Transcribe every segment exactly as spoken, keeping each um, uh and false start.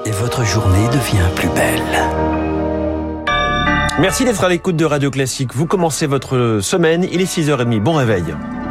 et votre journée devient plus belle. Merci d'être à l'écoute de Radio Classique. Vous commencez votre semaine, il est six heures trente. Bon réveil.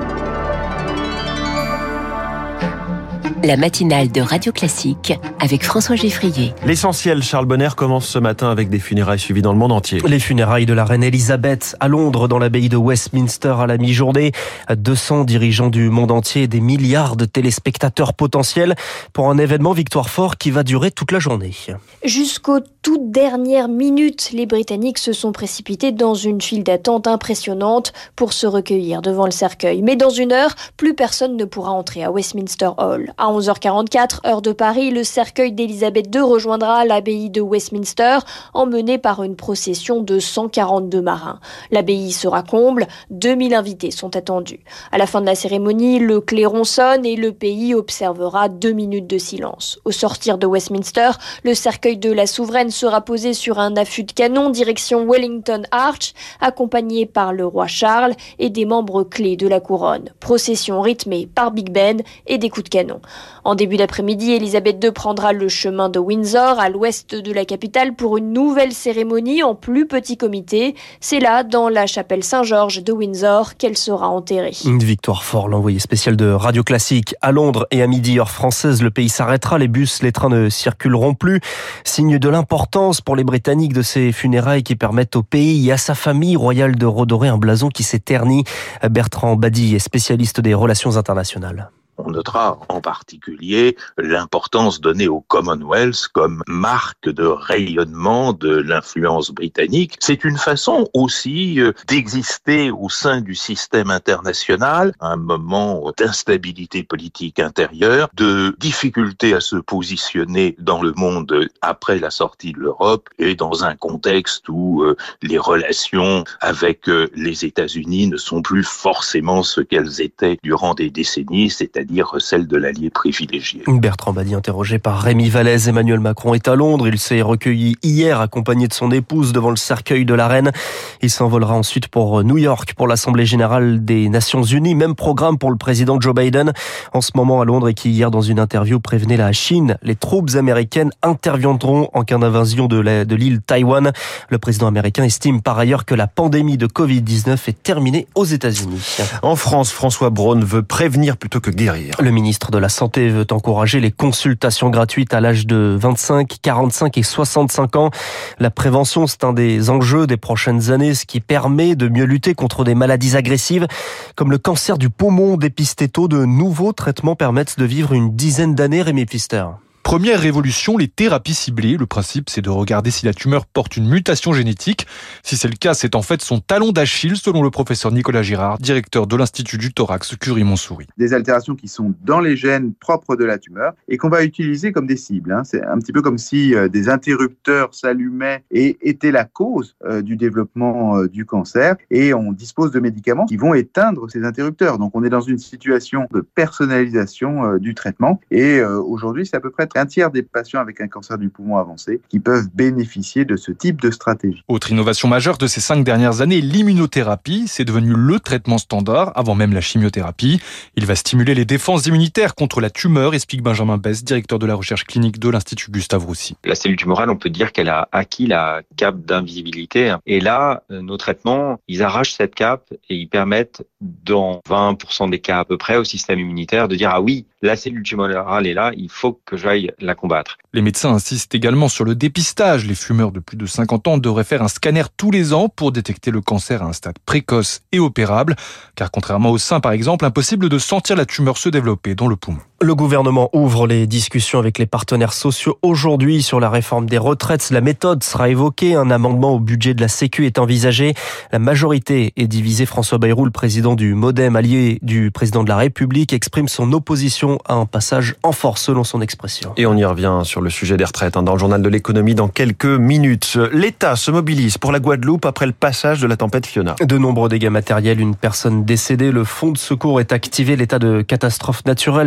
La matinale de Radio Classique avec François Geffrier. L'essentiel, Charles Bonner, commence ce matin avec des funérailles suivies dans le monde entier. Les funérailles de la reine Elisabeth à Londres, dans l'abbaye de Westminster à la mi-journée. deux cents dirigeants du monde entier et des milliards de téléspectateurs potentiels pour un événement victoire fort qui va durer toute la journée. Jusqu'aux toutes dernières minutes, les Britanniques se sont précipités dans une file d'attente impressionnante pour se recueillir devant le cercueil. Mais dans une heure, plus personne ne pourra entrer à Westminster Hall. À onze heures quarante-quatre, heure de Paris, le cercueil d'Elisabeth deux rejoindra l'abbaye de Westminster, emmené par une procession de cent quarante-deux marins. L'abbaye sera comble, deux mille invités sont attendus. À la fin de la cérémonie, le clairon sonne et le pays observera deux minutes de silence. Au sortir de Westminster, le cercueil de la souveraine sera posé sur un affût de canon direction Wellington Arch, accompagné par le roi Charles et des membres clés de la couronne. Procession rythmée par Big Ben et des coups de canon. En début d'après-midi, Elisabeth deux prendra le chemin de Windsor, à l'ouest de la capitale, pour une nouvelle cérémonie en plus petit comité. C'est là, dans la chapelle Saint-Georges de Windsor, qu'elle sera enterrée. Une victoire fort, l'envoyé spécial de Radio Classique. À Londres et à midi, heure française, le pays s'arrêtera. Les bus, les trains ne circuleront plus. Signe de l'importance pour les Britanniques de ces funérailles qui permettent au pays et à sa famille royale de redorer un blason qui s'est terni. Bertrand Badi est spécialiste des relations internationales. On notera en particulier l'importance donnée au Commonwealth comme marque de rayonnement de l'influence britannique. C'est une façon aussi d'exister au sein du système international, un moment d'instabilité politique intérieure, de difficulté à se positionner dans le monde après la sortie de l'Europe et dans un contexte où les relations avec les États-Unis ne sont plus forcément ce qu'elles étaient durant des décennies, c'est-à-dire celle de l'allié privilégié. Bertrand Badi, interrogé par Rémi Vallès. Emmanuel Macron est à Londres. Il s'est recueilli hier accompagné de son épouse devant le cercueil de la reine. Il s'envolera ensuite pour New York pour l'Assemblée générale des Nations Unies. Même programme pour le président Joe Biden en ce moment à Londres et qui hier dans une interview prévenait la Chine. Les troupes américaines interviendront en cas d'invasion de, la, de l'île Taïwan. Le président américain estime par ailleurs que la pandémie de covid dix-neuf est terminée aux États-Unis. En France, François Braun veut prévenir plutôt que guérir. Le ministre de la Santé veut encourager les consultations gratuites à l'âge de vingt-cinq, quarante-cinq et soixante-cinq ans. La prévention, c'est un des enjeux des prochaines années, ce qui permet de mieux lutter contre des maladies agressives comme le cancer du poumon. Dépisté tôt, de nouveaux traitements permettent de vivre une dizaine d'années. Rémi Pfister. Première révolution, les thérapies ciblées. Le principe, c'est de regarder si la tumeur porte une mutation génétique. Si c'est le cas, c'est en fait son talon d'Achille, selon le professeur Nicolas Girard, directeur de l'Institut du thorax Curie-Montsouris. Des altérations qui sont dans les gènes propres de la tumeur et qu'on va utiliser comme des cibles. C'est un petit peu comme si des interrupteurs s'allumaient et étaient la cause du développement du cancer. Et on dispose de médicaments qui vont éteindre ces interrupteurs. Donc on est dans une situation de personnalisation du traitement. Et aujourd'hui, c'est à peu près un tiers des patients avec un cancer du poumon avancé qui peuvent bénéficier de ce type de stratégie. Autre innovation majeure de ces cinq dernières années, l'immunothérapie. C'est devenu le traitement standard avant même la chimiothérapie. Il va stimuler les défenses immunitaires contre la tumeur, explique Benjamin Besse, directeur de la recherche clinique de l'Institut Gustave Roussy. La cellule tumorale, on peut dire qu'elle a acquis la cape d'invisibilité. Et là, nos traitements, ils arrachent cette cape et ils permettent, dans vingt pour cent des cas à peu près, au système immunitaire de dire « Ah oui, la cellule tumorale est là, il faut que j'aille la combattre ». Les médecins insistent également sur le dépistage. Les fumeurs de plus de cinquante ans devraient faire un scanner tous les ans pour détecter le cancer à un stade précoce et opérable. Car contrairement au sein, par exemple, impossible de sentir la tumeur se développer dans le poumon. Le gouvernement ouvre les discussions avec les partenaires sociaux aujourd'hui sur la réforme des retraites. La méthode sera évoquée. Un amendement au budget de la Sécu est envisagé. La majorité est divisée. François Bayrou, le président du MoDem, allié du président de la République, exprime son opposition à un passage en force, selon son expression. Et on y revient sur le sujet des retraites dans le journal de l'économie dans quelques minutes. L'État se mobilise pour la Guadeloupe après le passage de la tempête Fiona. De nombreux dégâts matériels, une personne décédée. Le fonds de secours est activé. L'état de catastrophe naturelle sera reconnu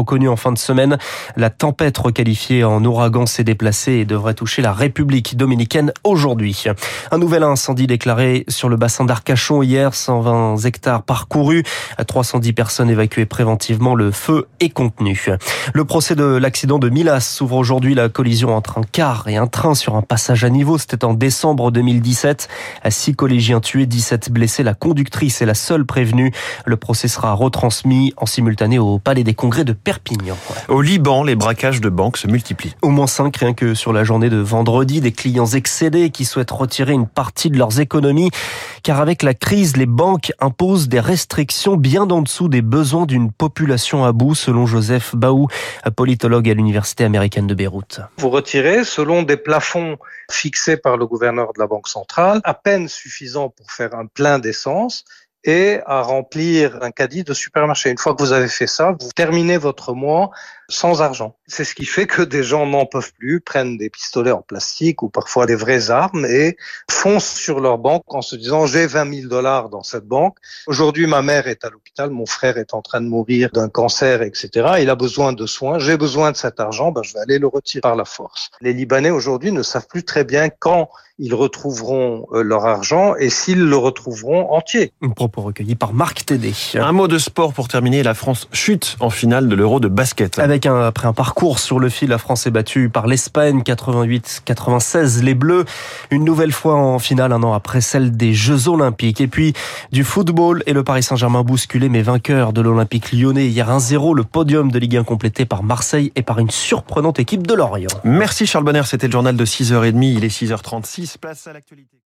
reconnue en fin de semaine. La tempête requalifiée en ouragan s'est déplacée et devrait toucher la République dominicaine aujourd'hui. Un nouvel incendie déclaré sur le bassin d'Arcachon hier, cent vingt hectares parcourus, trois cent dix personnes évacuées préventivement, le feu est contenu. Le procès de l'accident de Milas s'ouvre aujourd'hui. La collision entre un car et un train sur un passage à niveau, c'était en décembre deux mille dix-sept. Six collégiens tués, dix-sept blessés. La conductrice est la seule prévenue. Le procès sera retransmis en simultané au Palais des Congrès de Perpignan. Au Liban, les braquages de banques se multiplient. Au moins cinq, rien que sur la journée de vendredi, des clients excédés qui souhaitent retirer une partie de leurs économies. Car avec la crise, les banques imposent des restrictions bien en dessous des besoins d'une population à bout, selon Joseph Baou, politologue à l'Université américaine de Beyrouth. Vous retirez, selon des plafonds fixés par le gouverneur de la Banque centrale, à peine suffisant pour faire un plein d'essence et à remplir un caddie de supermarché. Une fois que vous avez fait ça, vous terminez votre mois sans argent. C'est ce qui fait que des gens n'en peuvent plus, prennent des pistolets en plastique ou parfois des vraies armes et foncent sur leur banque en se disant « j'ai vingt mille dollars dans cette banque. Aujourd'hui, ma mère est à l'hôpital, mon frère est en train de mourir d'un cancer, et cetera. Il a besoin de soins, j'ai besoin de cet argent, ben, je vais aller le retirer par la force. » Les Libanais aujourd'hui ne savent plus très bien quand ils retrouveront leur argent et s'ils le retrouveront entier. Un propos recueilli par Marc Tédé. Un mot de sport pour terminer. La France chute en finale de l'Euro de basket. Avec un, après un parcours sur le fil, la France est battue par l'Espagne, quatre-vingt-huit quatre-vingt-seize. Les Bleus, une nouvelle fois en finale, un an après celle des Jeux Olympiques. Et puis, du football et le Paris Saint-Germain bousculé, mais vainqueur de l'Olympique lyonnais hier un zéro. Le podium de Ligue un complété par Marseille et par une surprenante équipe de Lorient. Merci Charles Bonner, c'était le journal de six heures trente. Il est six heures trente-six. Place à l'actualité.